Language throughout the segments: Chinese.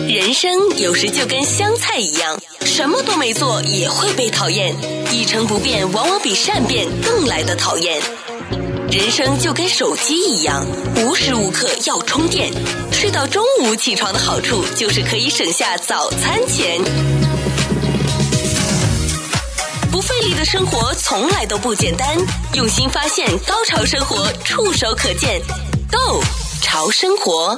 人生有时就跟香菜一样，什么都没做也会被讨厌，一成不变往往比善变更来得讨厌。人生就跟手机一样，无时无刻要充电，睡到中午起床的好处就是可以省下早餐钱。不费力的生活从来都不简单，用心发现，高潮生活触手可见 ，Go 潮生活。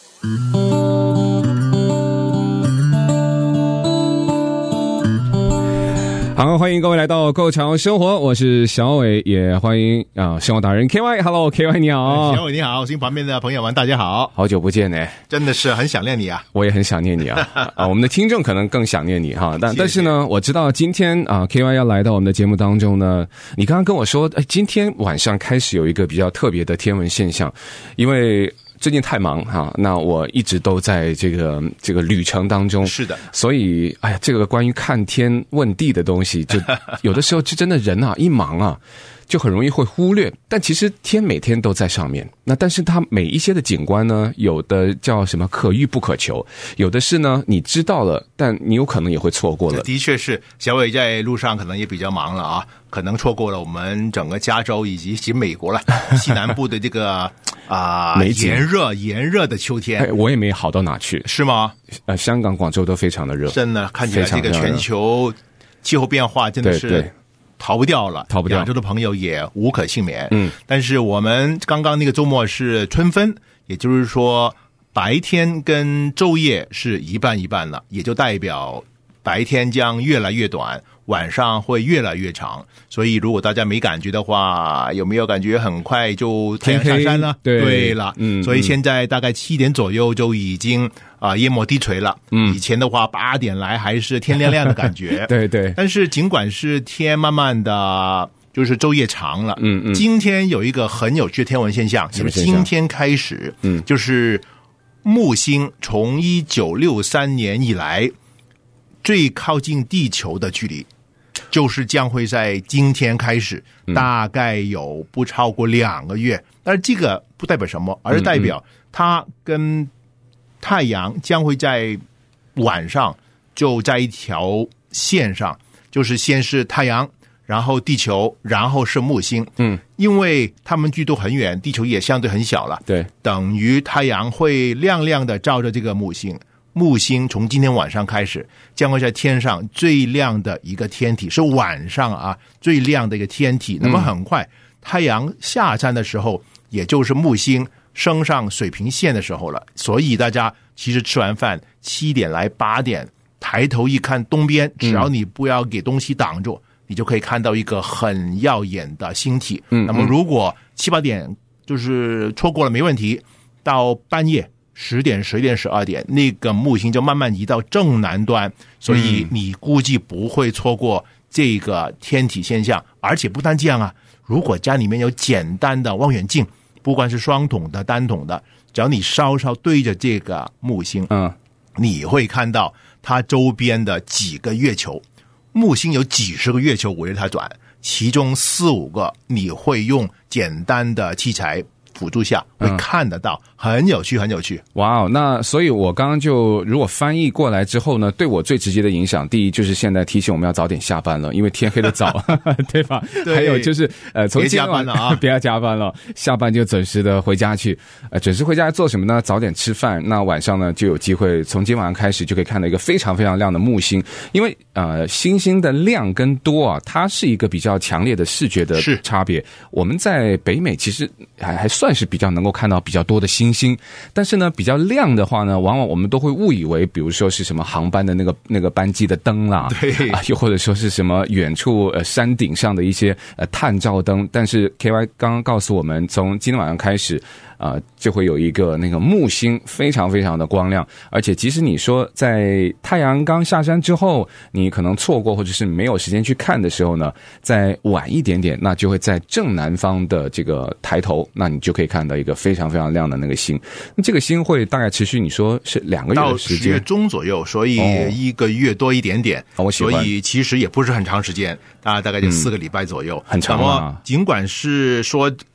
好，欢迎各位来到购潮生活，我是小伟，也欢迎生活达人 KY。Hello KY 你好。 小伟你好，心旁边的朋友们大家好， 好久不见呢， 真的是很想念你啊。 我也很想念你啊。我们的听众可能更想念你哈，但是呢，我知道今天KY 要来到我们的节目当中呢，你刚刚跟我说，今天晚上开始有一个比较特别的天文现象，因为最近太忙哈，那我一直都在这个旅程当中。 是的， 所以这个关于看天问地的东西，就有的时候就真的人一忙就很容易会忽略。但其实天每天都在上面，那但是它每一些的景观呢，有的叫什么可遇不可求，有的是呢你知道了，但你有可能也会错过了。 的确是，小伟在路上可能也比较忙了啊，可能错过了我们整个加州以及美国了西南部的这个炎热的秋天。 我也没好到哪去。 是吗？ 香港、广州都非常的热， 真的看起来这个全球气候变化真的是对逃不掉了，亚洲的朋友也无可幸免。但是我们刚刚那个周末是春分，也就是说白天跟昼夜是一半一半了，也就代表白天将越来越短，晚上会越来越长。所以如果大家没感觉的话，有没有感觉很快就太阳下山了？对了，所以现在大概7点左右就已经夜幕低垂了。以前的话8点来还是天亮亮的感觉。 对。 但是尽管是天慢慢的就是昼夜长了，今天有一个很有趣的天文现象， 什么现象？ 今天开始，就是木星从1963年以来最靠近地球的距离，就是将会在今天开始，大概有不超过2个月。但是这个不代表什么，而是代表它跟太阳将会在晚上就在一条线上，就是先是太阳，然后地球，然后是木星。因为它们距都很远，地球也相对很小了，对，等于太阳会亮亮的照着这个木星。木星从今天晚上开始将会在天上最亮的一个天体，是晚上最亮的一个天体。那么很快太阳下山的时候，也就是木星升上水平线的时候了。所以大家其实吃完饭7点来8点抬头一看东边，只要你不要给东西挡住，你就可以看到一个很耀眼的星体。那么如果7、8点就是错过了没问题，到半夜10点、11点、12点，那个木星就慢慢移到正南端，所以你估计不会错过这个天体现象。而且不单这样如果家里面有简单的望远镜，不管是双筒的、单筒的，只要你稍稍对着这个木星，你会看到它周边的几个月球。木星有几十个月球围着它转，其中4、5个你会用简单的器材辅助下会看得到，很有趣，很有趣。 哇，那所以我刚刚就如果翻译过来之后呢，对我最直接的影响，第一就是现在提醒我们要早点下班了，因为天黑的早，对吧？对，还有就是从今晚别要加班了，下班就准时的回家去。准时回家做什么呢？早点吃饭。那晚上呢就有机会从今晚上开始就可以看到一个非常非常亮的木星，因为星星的亮跟多它是一个比较强烈的视觉的差别。我们在北美其实还算是比较能够看到比较多的星星，但是呢比较亮的话呢，往往我们都会误以为比如说是什么航班的那个班机的灯啦，对又或者说是什么远处山顶上的一些探照灯。但是 KY 刚刚告诉我们，从今天晚上开始就会有一个那个木星非常非常的光亮，而且即使你说在太阳刚下山之后你可能错过或者是没有时间去看的时候呢，再晚一点点，那就会在正南方的这个抬头，那你就可以看到一个非常非常亮的那个星。那这个星会大概持续你说是2个月的时间， 到10月中左右，所以1个月多一点点，所以其实也不是很长时间，大概就4个礼拜左右， 很长那么尽管是说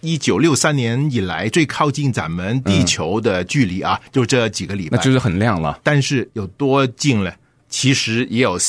1963年以来最靠近咱们地球的距离啊，就这几个礼拜， 那就是很亮了。 但是有多近了？其实也有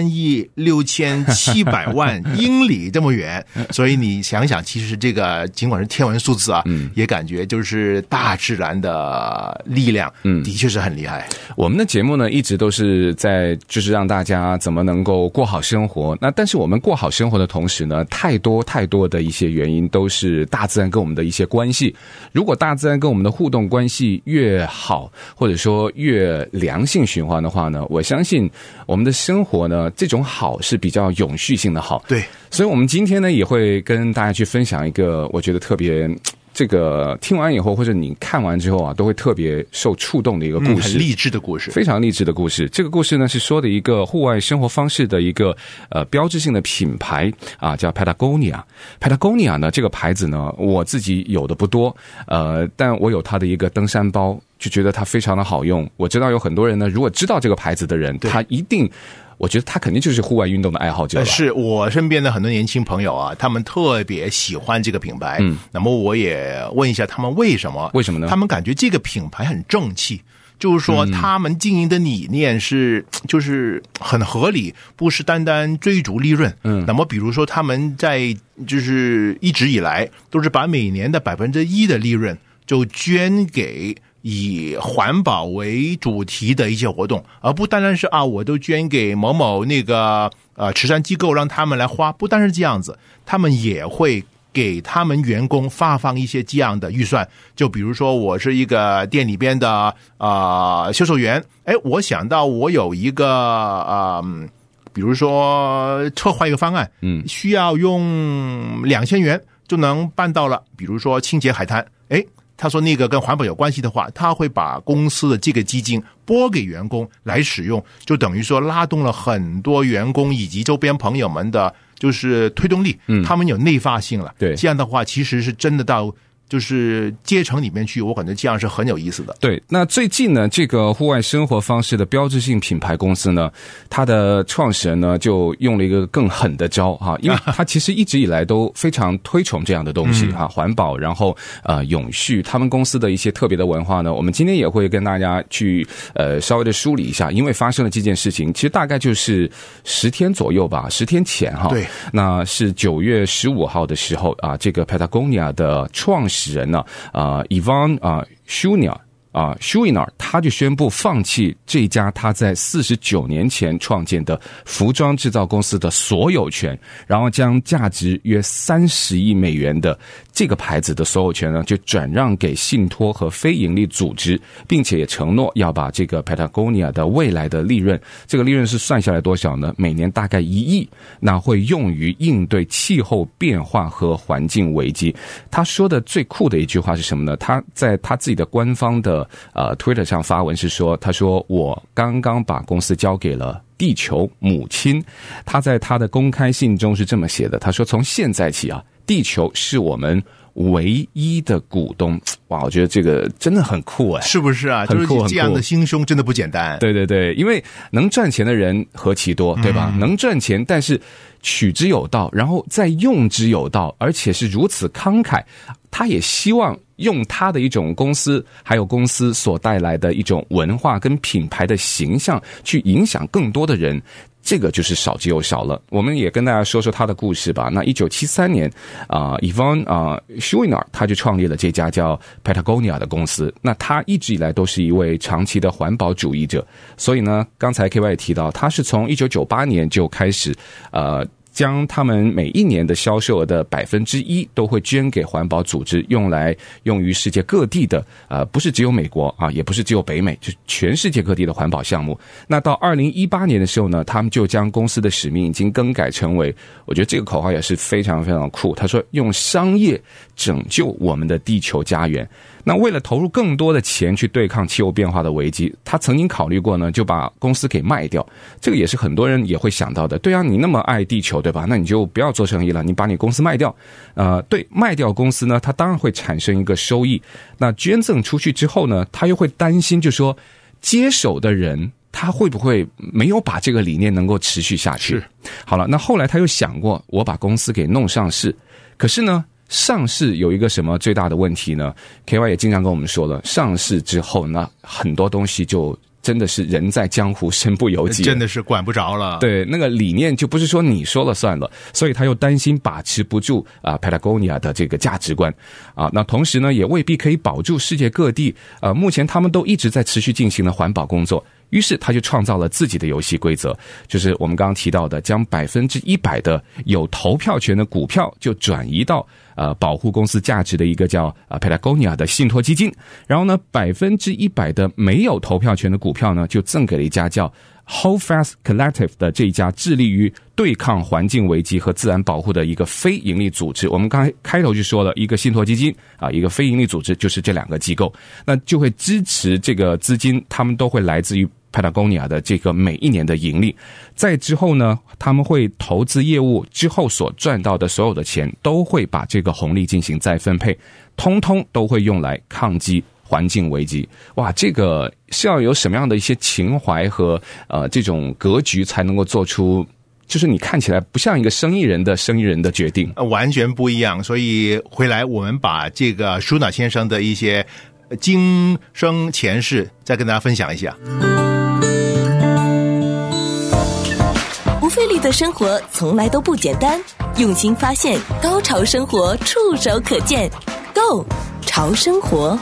3.67亿英里这么远，所以你想想，其实这个尽管是天文数字啊，也感觉就是大自然的力量，的确是很厉害。 我们的节目呢，一直都是在就是让大家怎么能够过好生活。那但是我们过好生活的同时呢，太多的一些原因都是大自然跟我们的一些关系。如果大自然跟我们的互动关系越好，或者说越良性循环的话呢，我相信我们的生活呢，这种好是比较永续性的好。 对， 所以我们今天呢也会跟大家去分享一个我觉得特别这个听完以后或者你看完之后啊，都会特别受触动的一个故事， 很励志的故事， 非常励志的故事。这个故事呢是说的一个户外生活方式的一个标志性的品牌啊，叫 Patagonia。Patagonia 呢这个牌子呢，我自己有的不多，但我有它的一个登山包，就觉得它非常的好用。我知道有很多人呢，如果知道这个牌子的人，他一定。我觉得他肯定就是户外运动的爱好者了。 是我身边的很多年轻朋友啊，他们特别喜欢这个品牌。那么我也问一下他们为什么呢？他们感觉这个品牌很正气，就是说他们经营的理念就是很合理，不是单单追逐利润。那么比如说他们在就是一直以来都是把每年的1%的利润就捐给以环保为主题的一些活动，而不单单是我都捐给某某那个慈善机构让他们来花，不单是这样子，他们也会给他们员工发放一些这样的预算。就比如说我是一个店里边的销售员，我想到我有一个比如说策划一个方案，需要用2000元就能办到了，比如说清洁海滩，他说那个跟环保有关系的话，他会把公司的这个基金拨给员工来使用，就等于说拉动了很多员工以及周边朋友们的就是推动力，他们有内发性了。 对， 这样的话其实是真的到就是阶层里面去，我感觉这样是很有意思的。 对，那最近呢，这个户外生活方式的标志性品牌公司呢，它的创始人呢就用了一个更狠的招哈，因为他其实一直以来都非常推崇这样的东西哈，环保，然后永续，他们公司的一些特别的文化呢，我们今天也会跟大家去稍微的梳理一下，因为发生了这件事情，其实大概就是10天左右吧，10天前哈， 对， 那是9月15号的时候啊，这个 Patagonia 的创始人呢，Ivan Shuinar 他就宣布放弃这家他在49年前创建的服装制造公司的所有权，然后将价值约30亿美元的这个牌子的所有权呢，就转让给信托和非营利组织，并且也承诺要把这个 Patagonia 的未来的利润，这个利润是算下来多少呢？每年大概1亿，那会用于应对气候变化和环境危机。他说的最酷的一句话是什么呢？他在他自己的官方的Twitter 上发文是说，他说我刚刚把公司交给了地球母亲。他在他的公开信中是这么写的，他说从现在起地球是我们唯一的股东。哇，我觉得这个真的很酷哎， 是不是啊？ 很酷， 就是这样的心胸真的不简单。 对对对，因为能赚钱的人何其多，对吧？能赚钱，但是取之有道，然后再用之有道，而且是如此慷慨。他也希望用他的一种公司，还有公司所带来的一种文化跟品牌的形象，去影响更多的人。这个就是少之又少了。我们也跟大家说说他的故事吧。那1973年Ivan Shuinar 他就创立了这家叫 Patagonia 的公司。那他一直以来都是一位长期的环保主义者，所以呢，刚才 KY 也提到，他是从1998年就开始将他们每一年的销售额的1%都会捐给环保组织，用于世界各地的不是只有美国也不是只有北美，就全世界各地的环保项目。那到2018年的时候呢，他们就将公司的使命已经更改成为，我觉得这个口号也是非常非常酷。他说用商业拯救我们的地球家园。那为了投入更多的钱去对抗气候变化的危机，他曾经考虑过呢，就把公司给卖掉。这个也是很多人也会想到的。对啊，你那么爱地球，对吧？那你就不要做生意了，你把你公司卖掉。对，卖掉公司呢，它当然会产生一个收益。那捐赠出去之后呢，他又会担心，就说接手的人他会不会没有把这个理念能够持续下去？好了，那后来他又想过，我把公司给弄上市，可是呢， 上市有一个什么最大的问题呢 ？KY 也经常跟我们说了，上市之后呢，很多东西就真的是人在江湖身不由己， 真的是管不着了。 对，那个理念就不是说你说了算了，所以他又担心把持不住Patagonia 的这个价值观啊。那同时呢，也未必可以保住世界各地目前他们都一直在持续进行的环保工作。于是他就创造了自己的游戏规则，就是我们刚刚提到的，将100%的有投票权的股票就转移到保护公司价值的一个叫Patagonia 的信托基金，然后呢100%的没有投票权的股票呢就赠给了一家叫 Holdfast Collective 的这一家致力于对抗环境危机和自然保护的一个非盈利组织。我们刚才开头就说了，一个信托基金一个非盈利组织，就是这两个机构，那就会支持这个资金，他们都会来自于Patagonia 的这个每一年的盈利，在之后呢，他们会投资业务之后所赚到的所有的钱，都会把这个红利进行再分配，通通都会用来抗击环境危机。哇，这个是要有什么样的一些情怀和这种格局才能够做出，就是你看起来不像一个生意人的决定， 完全不一样。所以回来我们把这个舒纳先生的一些今生前世再跟大家分享一下。 不费力的生活从来都不简单，用心发现，高潮生活触手可见 Go 潮生活。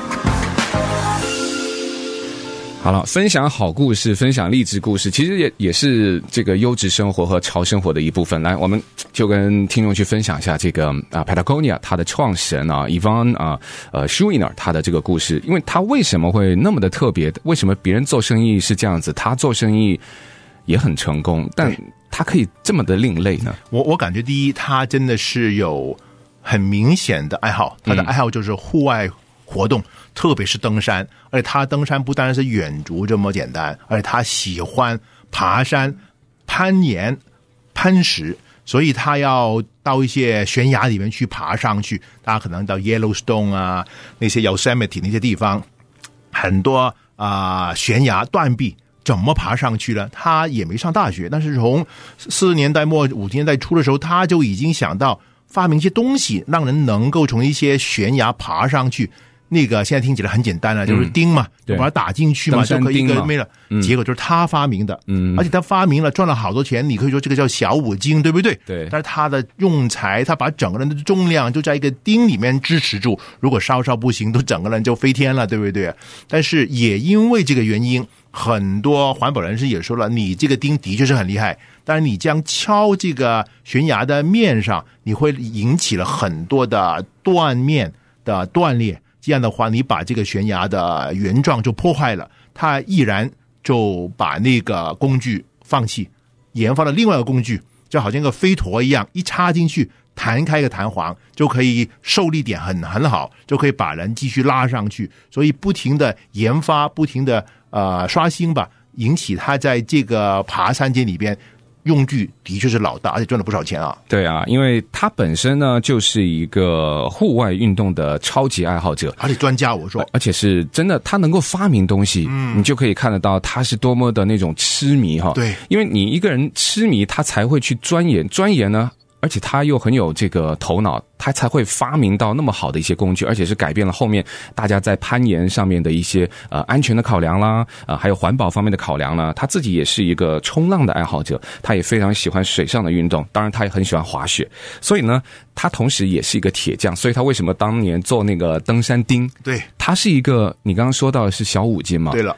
好了，分享好故事，分享励志故事，其实也是这个优质生活和潮生活的一部分。来，我们就跟听众去分享一下这个Patagonia 它的创始人Ivan Schuiner 他的这个故事，因为他为什么会那么的特别？为什么别人做生意是这样子，他做生意也很成功，但他可以这么的另类呢？ 我感觉第一，他真的是有很明显的爱好，他的爱好就是户外活动，特别是登山，而且他登山不单是远足这么简单，而且他喜欢爬山、攀岩、攀石，所以他要到一些悬崖里面去爬上去。大家可能到 Yellowstone 那些 Yosemite 那些地方，很多悬崖断壁，怎么爬上去呢？他也没上大学，但是从40年代末50年代初的时候，他就已经想到发明一些东西，让人能够从一些悬崖爬上去。那个现在听起来很简单了，就是钉嘛，就把它打进去嘛，就可以一个没了。结果就是他发明的，而且他发明了赚了好多钱，你可以说这个叫小五金，对不对？ 对。 但是他的用材，他把整个人的重量就在一个钉里面支持住，如果稍稍不行，都整个人就飞天了，对不对？但是也因为这个原因，很多环保人士也说了，你这个钉的确是很厉害，但是你将敲这个悬崖的面上，你会引起了很多的断面的断裂。这样的话，你把这个悬崖的原状就破坏了。他毅然就把那个工具放弃，研发了另外一个工具，就好像一个飞陀一样，一插进去，弹开一个弹簧，就可以受力点很好，就可以把人继续拉上去。所以不停的研发，不停的刷新吧，引起他在这个爬山界里边用具的确是老大，而且赚了不少钱啊。 对啊，因为他本身呢就是一个户外运动的超级爱好者， 而且专家，我说， 而且是真的，他能够发明东西，你就可以看得到他是多么的那种痴迷哈。 对， 因为你一个人痴迷，他才会去钻研呢。而且他又很有这个头脑，他才会发明到那么好的一些工具，而且是改变了后面大家在攀岩上面的一些安全的考量啦，还有环保方面的考量啦。他自己也是一个冲浪的爱好者，他也非常喜欢水上的运动，当然他也很喜欢滑雪。所以呢，他同时也是一个铁匠，所以他为什么当年做那个登山钉？对，他是一个你刚刚说到的是小五金嘛？ 对了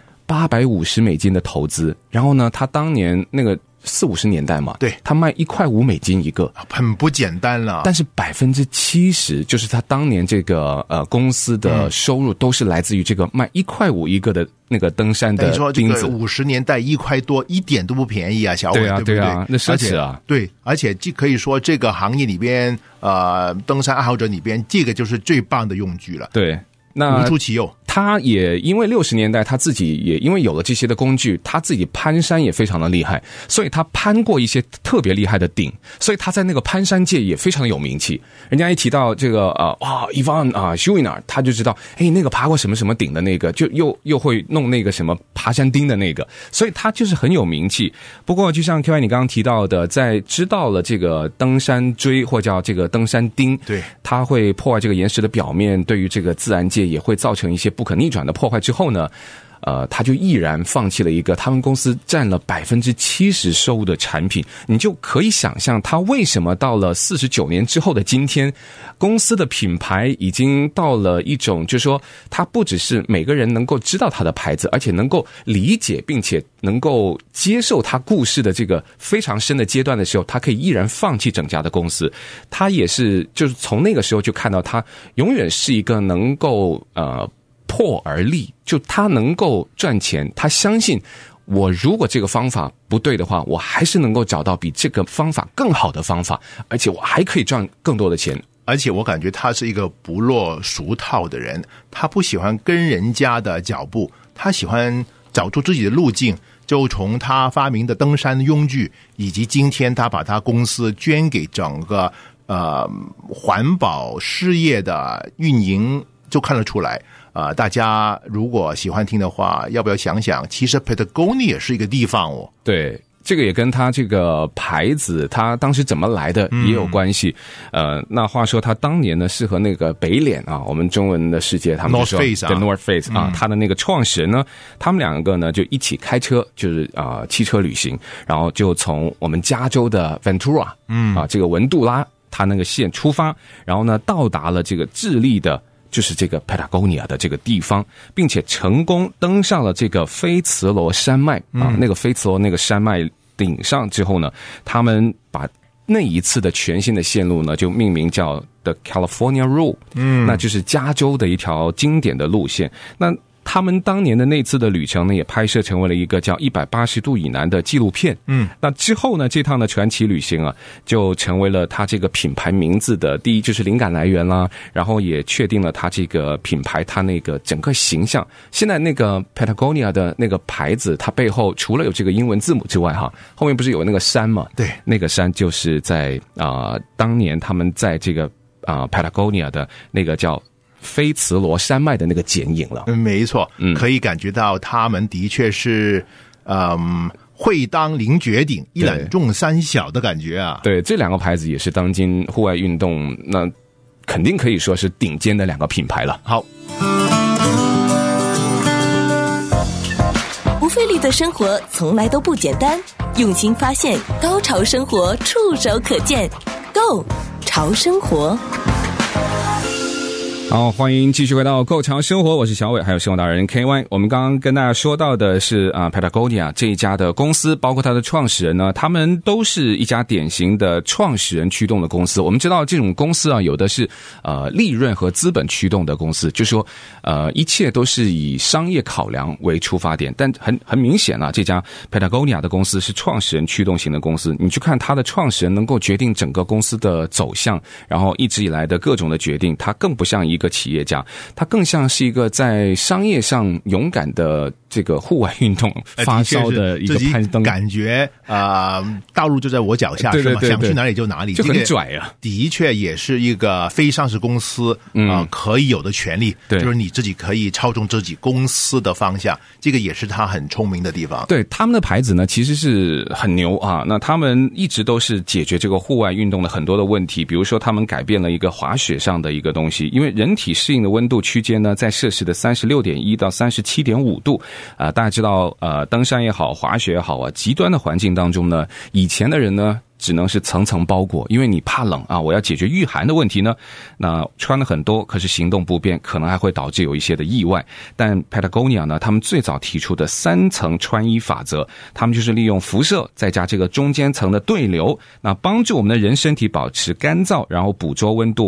，$850的投资，然后呢，他当年那个40-50年代嘛， 对， 他卖$1.5一个， 很不简单了。 但是70%就是他当年这个公司的收入都是来自于这个卖$1.5一个的那个登山的钉子。 50年代1块多，一点都不便宜啊，小伟，对不对？ 对啊，那奢侈啊。 对，而且可以说这个行业里边，登山爱好者里边，这个就是最棒的用具了。 对。那无出其右， 他也因为60年代他自己也因为有了这些的工具，他自己攀山也非常的厉害，所以他攀过一些特别厉害的顶，所以他在那个攀山界也非常的有名气。人家一提到这个Ivan Shuinar， 他就知道那个爬过什么什么顶的那个，就又会弄那个什么爬山钉的那个，所以他就是很有名气。不过就像 KY 你刚刚提到的，在知道了这个登山锥或叫这个登山钉， 对， 它会破坏这个岩石的表面，对于这个自然界也会造成一些不可逆转的破坏之后呢，他就毅然放弃了一个他们公司占了70%收入的产品。你就可以想象他为什么到了49年之后的今天，公司的品牌已经到了一种就是说他不只是每个人能够知道他的牌子，而且能够理解并且能够接受他故事的这个非常深的阶段的时候，他可以毅然放弃整家的公司。他也是就是从那个时候就看到他永远是一个能够破而立，就他能够赚钱，他相信我如果这个方法不对的话，我还是能够找到比这个方法更好的方法，而且我还可以赚更多的钱。 而且我感觉他是一个不落俗套的人，他不喜欢跟人家的脚步，他喜欢找出自己的路径。就从他发明的登山用具，以及今天他把他公司捐给整个环保事业的运营，就看得出来。大家如果喜欢听的话，要不要想想，其实 Patagonia 也是一个地方哦。 对，这个也跟他这个牌子他当时怎么来的也有关系。那话说他当年呢是和那个北脸我们中文的世界他们就说 North Face 他的那个创始人呢，他们两个呢就一起开车，就是汽车旅行，然后就从我们加州的 Ventura 这个文杜拉他那个县出发，然后呢到达了这个智利的就是这个 Patagonia 的这个地方，并且成功登上了这个菲茨罗山脉那个菲茨罗那个山脉顶上之后呢，他们把那一次的全新的线路呢就命名叫 The California Route，那就是加州的一条经典的路线。那他们当年的那次的旅程呢，也拍摄成为了一个叫180度以南的纪录片。那之后呢，这趟的传奇旅行就成为了他这个品牌名字的第一就是灵感来源啦，然后也确定了他这个品牌他那个整个形象。现在那个 Patagonia 的那个牌子，它背后除了有这个英文字母之外后面不是有那个山吗？ 对， 那个山就是在当年他们在这个Patagonia 的那个叫菲茨罗山脉的那个剪影了。 没错，可以感觉到他们的确是会当凌绝顶，一览众山小的感觉啊。 对，这两个牌子也是当今户外运动那肯定可以说是顶尖的两个品牌了。 好， 不费力的生活从来都不简单，用心发现，高潮生活触手可见 Go 潮生活。 好，欢迎继续回到购潮生活，我是小伟，还有生活达人 KY。 我们刚刚跟大家说到的是Patagonia 这一家的公司，包括它的创始人呢，他们都是一家典型的创始人驱动的公司。我们知道这种公司有的是利润和资本驱动的公司，就是说一切都是以商业考量为出发点，但很明显这家 Patagonia 的公司是创始人驱动型的公司。你去看他的创始人能够决定整个公司的走向，然后一直以来的各种的决定，他更不像一个企业家，他更像是一个在商业上勇敢的这个户外运动发烧的一个攀登， 感觉道路就在我脚下， 对对对对， 想去哪里就哪里， 就很拽啊。 的确也是一个非上市公司可以有的权利，就是你自己可以操纵自己公司的方向，这个也是他很聪明的地方。 对，他们的牌子呢其实是很牛那他们一直都是解决这个户外运动的很多的问题，比如说他们改变了一个滑雪上的一个东西，因为人体适应的温度区间呢在摄氏的36.1到37.5度大家知道登山也好，滑雪也好极端的环境当中呢，以前的人呢只能是层层包裹，因为你怕冷我要解决御寒的问题呢，那穿了很多，可是行动不便，可能还会导致有一些的意外。但 Patagonia 呢，他们最早提出的3层穿衣法则，他们就是利用辐射再加这个中间层的对流，那帮助我们的人身体保持干燥，然后捕捉温度，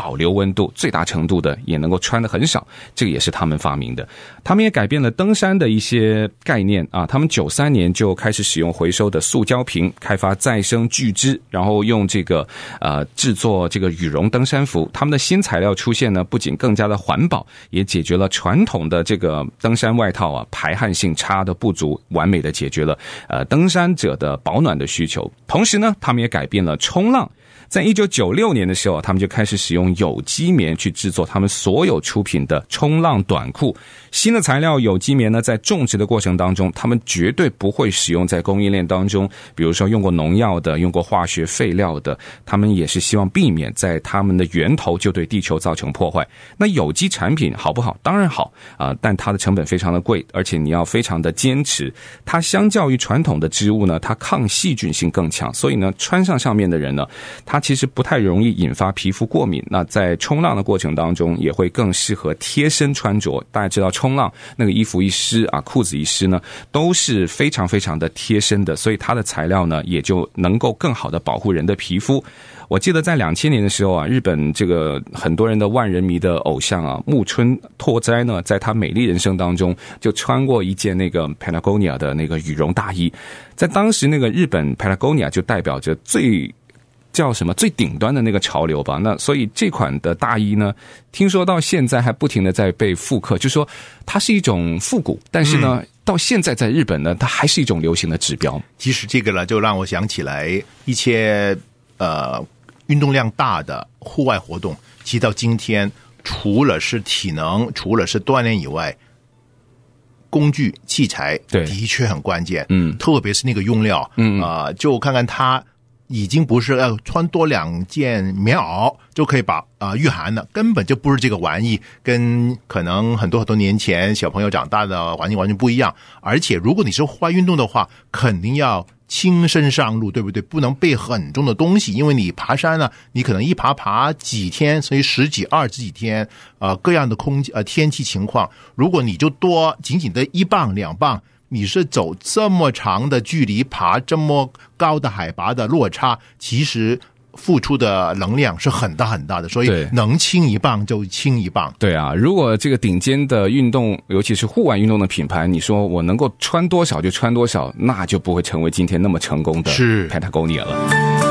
保留温度，最大程度的也能够穿得很少，这个也是他们发明的。他们也改变了登山的一些概念啊，他们93年就开始使用回收的塑胶瓶，开发再生聚酯，然后用这个制作这个羽绒登山服。他们的新材料出现呢，不仅更加的环保，也解决了传统的这个登山外套啊排汗性差的不足，完美的解决了登山者的保暖的需求。同时呢，他们也改变了冲浪。在1996年的时候，他们就开始使用有机棉去制作他们所有出品的冲浪短裤。新的材料有机棉呢，在种植的过程当中，他们绝对不会使用在供应链当中，比如说用过农药的、用过化学废料的，他们也是希望避免在他们的源头就对地球造成破坏。那有机产品好不好？当然好但它的成本非常的贵，而且你要非常的坚持。它相较于传统的织物呢，它抗细菌性更强，所以呢，穿上面的人呢，它其实不太容易引发皮肤过敏。那在冲浪的过程当中，也会更适合贴身穿着。大家知道冲浪那个衣服一湿裤子一湿呢，都是非常非常的贴身的，所以它的材料呢，也就能够更好的保护人的皮肤。我记得在2000年的时候日本这个很多人的万人迷的偶像木村拓哉呢，在他美丽人生当中就穿过一件那个 Patagonia 的那个羽绒大衣。在当时那个日本 Patagonia 就代表着最顶端的那个潮流吧。那所以这款的大衣呢，听说到现在还不停的在被复刻，就说它是一种复古，但是呢到现在在日本呢，它还是一种流行的指标。 其实这个呢，就让我想起来一些运动量大的户外活动，其实到今天除了是体能，除了是锻炼以外，工具器材的确很关键。特别是那个用料，就看看它已经不是要穿多2件棉袄就可以把御寒的，根本就不是这个玩意，跟可能很多年前小朋友长大的环境完全不一样。而且如果你是户外运动的话，肯定要亲身上路，对不对？不能背很重的东西，因为你爬山呢，你可能一爬几天，所以10几20几天，各样的天气情况，如果你就多仅仅的1磅2磅，你是走这么长的距离，爬这么高的海拔的落差，其实付出的能量是很大很大的，所以能轻1磅就轻1磅。 对啊，如果这个顶尖的运动，尤其是户外运动的品牌，你说我能够穿多少就穿多少，那就不会成为今天那么成功的 Patagonia 了。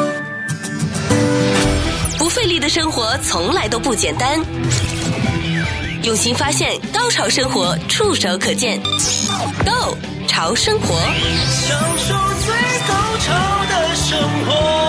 不费力的生活从来都不简单，用心发现，高潮生活触手可见 Go 潮生活， 享受最高潮的生活。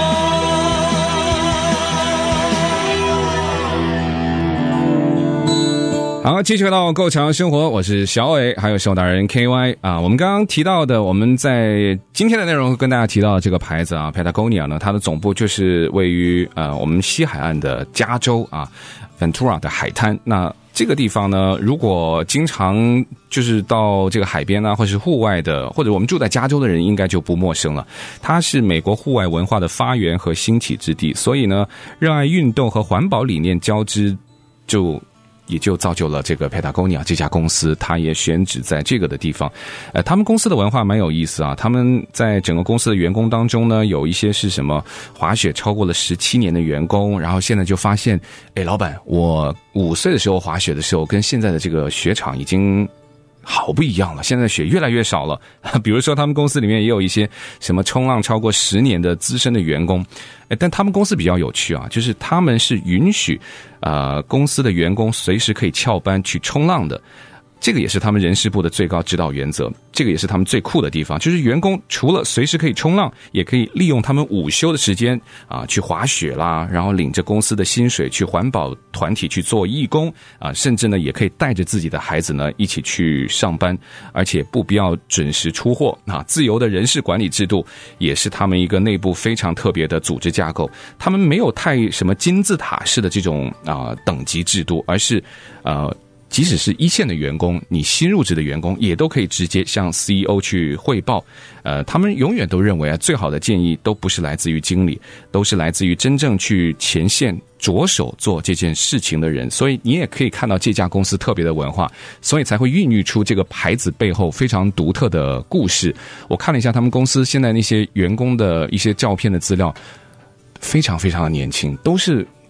好，继续回到Go潮生活，我是小伟，还有手打人 KY 我们刚刚提到的，我们在今天的内容跟大家提到的这个牌子Patagonia 呢，它的总部就是位于我们西海岸的加州Ventura 的海滩。那这个地方呢，如果经常就是到这个海边或者是户外的，或者我们住在加州的人应该就不陌生了。它是美国户外文化的发源和兴起之地，所以呢，热爱运动和环保理念交织，也就造就了这个 Patagonia 这家公司，它也选址在这个的地方。他们公司的文化蛮有意思他们在整个公司的员工当中呢，有一些是什么滑雪超过了17年的员工，然后现在就发现，老板，我5岁的时候滑雪的时候，跟现在的这个雪场已经好不一样了，现在雪越来越少了。比如说他们公司里面也有一些什么冲浪超过10年的资深的员工，但他们公司比较有趣就是他们是允许公司的员工随时可以翘班去冲浪的。这个也是他们人事部的最高指导原则，这个也是他们最酷的地方，就是员工除了随时可以冲浪，也可以利用他们午休的时间去滑雪啦，然后领着公司的薪水去环保团体去做义工甚至呢也可以带着自己的孩子呢一起去上班，而且不必要准时出货自由的人事管理制度也是他们一个内部非常特别的组织架构。他们没有太什么金字塔式的这种等级制度，而是即使是一线的员工，你新入职的员工也都可以直接向 CEO 去汇报。他们永远都认为最好的建议都不是来自于经理，都是来自于真正去前线着手做这件事情的人。所以你也可以看到这家公司特别的文化，所以才会孕育出这个牌子背后非常独特的故事。我看了一下他们公司现在那些员工的一些照片的资料，非常非常的年轻，都是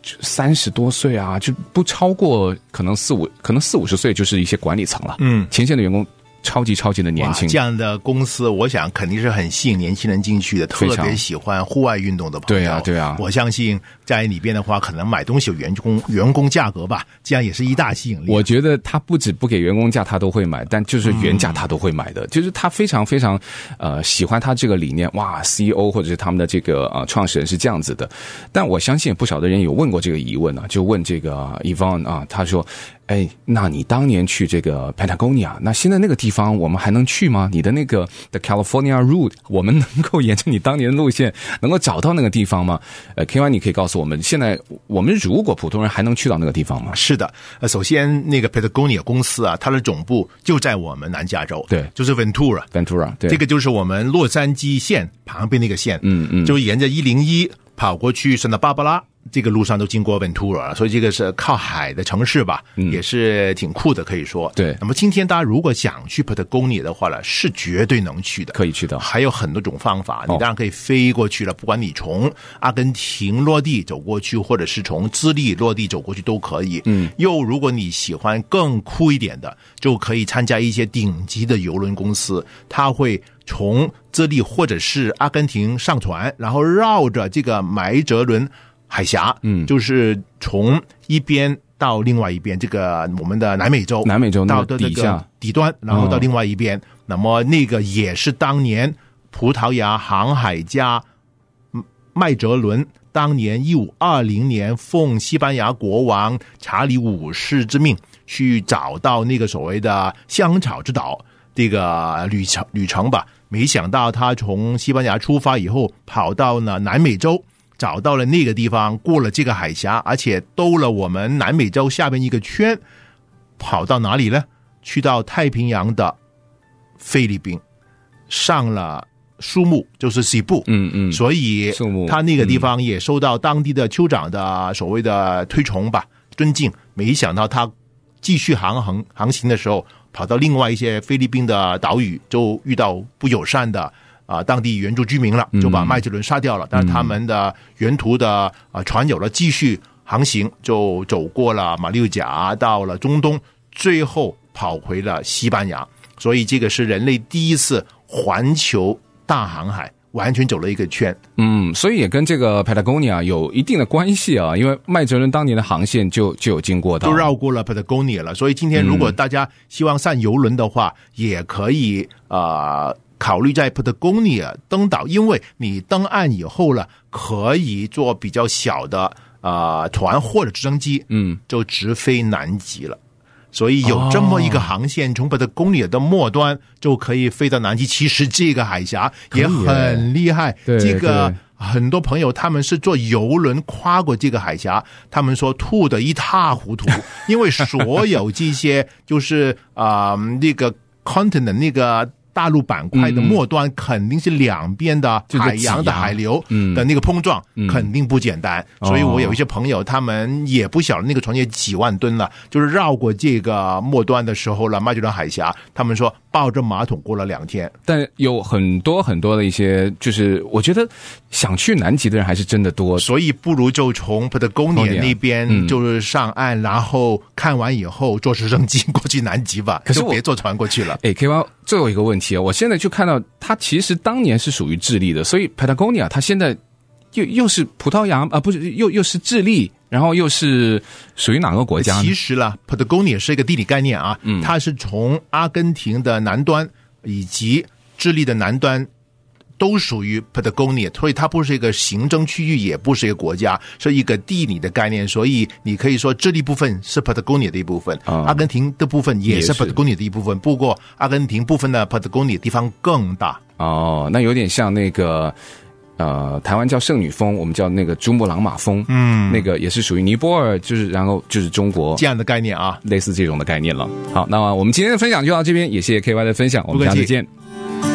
30多岁啊，就不超过可能40-50岁就是一些管理层了。前线的员工超级的年轻， 这样的公司我想肯定是很吸引年轻人进去的，特别喜欢户外运动的朋友。 对啊， 我相信在里边的话，可能买东西有员工价格吧，这样也是一大吸引力。 我觉得他不止不给员工价他都会买，但就是原价他都会买的，就是他非常喜欢他这个理念。哇 CEO 或者是他们的这个创始人是这样子的。但我相信不少的人有问过这个疑问啊，就问这个 Yvonne 啊，他说那你当年去这个 Patagonia， 那现在那个地方我们还能去吗？你的那个 The California Route， 我们能够沿着你当年的路线能够找到那个地方吗？KY 你可以告诉我们，现在我们如果普通人还能去到那个地方吗？ 是的，首先那个 Patagonia 公司啊，它的总部就在我们南加州， 对， 就是 Ventura， 对， 这个就是我们洛杉矶县旁边那个县，就沿着101跑过去圣塔芭芭拉。这个路上都经过 Ventura， 所以这个是靠海的城市吧，也是挺酷的，可以说。 对。 那么今天大家如果想去 Patagonia 的话呢，是绝对能去的， 可以去的。 还有很多种方法，你当然可以飞过去了，不管你从阿根廷落地走过去，或者是从智利落地走过去都可以。又如果你喜欢更酷一点的，就可以参加一些顶级的邮轮公司，它会从智利或者是阿根廷上船，然后绕着这个麦哲伦海峡，就是从一边到另外一边，这个我们的南美洲到的底下底端，然后到另外一边。那么那个也是当年葡萄牙航海家麦哲伦当年1520年奉西班牙国王查理5世之命去找到那个所谓的香草之岛这个旅程吧。没想到他从西班牙出发以后，跑到了南美洲，找到了那个地方，过了这个海峡，而且兜了我们南美洲下边一个圈，跑到哪里呢？去到太平洋的菲律宾，上了树木，就是西部，所以他那个地方也受到当地的酋长的所谓的推崇吧，尊敬。没想到他继续航行的时候，跑到另外一些菲律宾的岛屿，就遇到不友善的当地原住居民了，就把麦哲伦杀掉了。但是他们的沿途的船友了继续航行，就走过了马六甲，到了中东，最后跑回了西班牙。所以这个是人类第一次环球大航海，完全走了一个圈。 所以也跟这个 Patagonia 有一定的关系啊，因为麦哲伦当年的航线就有经过的， 都绕过了 Patagonia 了。所以今天如果大家希望上邮轮的话，也可以考虑在 Patagonia 登岛，因为你登岸以后了，可以坐比较小的船或者直升机，就直飞南极了。所以有这么一个航线，从 Patagonia 的末端就可以飞到南极。其实这个海峡也很厉害，这个很多朋友他们是坐邮轮跨过这个海峡，他们说吐得一塌糊涂，因为所有这些就是那个 continent 那个大陆板块的末端肯定是两边的海洋的海流的那个碰撞，肯定不简单。所以我有一些朋友，他们也不晓得那个船也几万吨了，就是绕过这个末端的时候了，麦哲伦海峡，他们说抱着马桶过了2天。 但有很多的一些，就是我觉得想去南极的人还是真的多， 所以不如就从 Patagonia 那边就是上岸，然后看完以后坐直升机过去南极吧，可是别坐船过去了。 KY 最后一个问题啊，我现在就看到它其实当年是属于智利的，所以 Patagonia 它现在又是葡萄牙不是又是智利，然后又是属于哪个国家呢？ 其实啦 Patagonia 是一个地理概念啊，它是从阿根廷的南端以及智利的南端都属于 Patagonia， 所以它不是一个行政区域，也不是一个国家，是一个地理的概念。所以你可以说智利部分是 Patagonia 的一部分，阿根廷的部分也是 Patagonia 的一部分，不过阿根廷部分的 Patagonia 地方更大。 那有点像那个台湾叫圣女峰，我们叫那个珠穆朗玛峰，那个也是属于尼泊尔，然后就是中国这样的概念啊， 类似这种的概念了。好，那么我们今天的分享就到这边，也谢谢 KY 的分享，我们下次见。